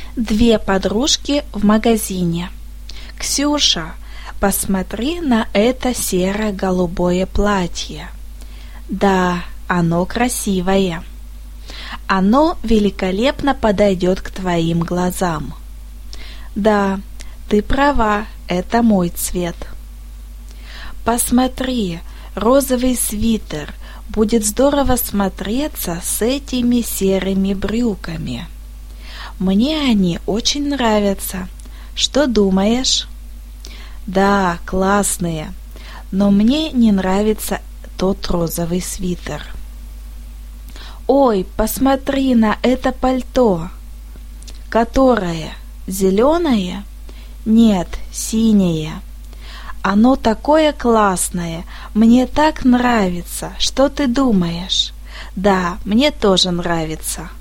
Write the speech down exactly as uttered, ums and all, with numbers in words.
Две подружки в магазине. Ксюша, посмотри на это серо-голубое платье. Да, оно красивое. Оно великолепно подойдет к твоим глазам. Да, ты права, это мой цвет. Посмотри, розовый свитер будет здорово смотреться с этими серыми брюками. Мне они очень нравятся. Что думаешь? Да, классные, но мне не нравится тот розовый свитер. Ой, посмотри на это пальто. Которое? Зеленое? Нет, синее. Оно такое классное, мне так нравится. Что ты думаешь? Да, мне тоже нравится.